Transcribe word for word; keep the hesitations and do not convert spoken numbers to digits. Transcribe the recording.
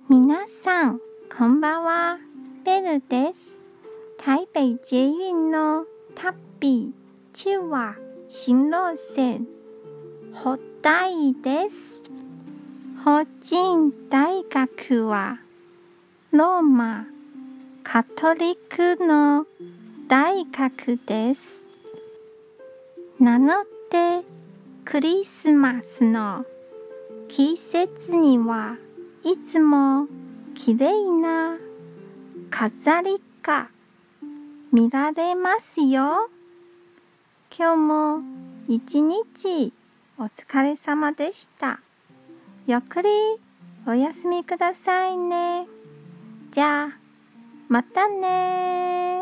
皆さん、こんばんは。ベルです。台北捷運の旅、千葉新路線、ホタイです。法人大学は、ローマカトリックの大学です。なので、クリスマスの季節にはいつもきれいな飾りが見られますよ。今日も一日お疲れ様でした。ゆっくりお休みくださいね。じゃあ、またね。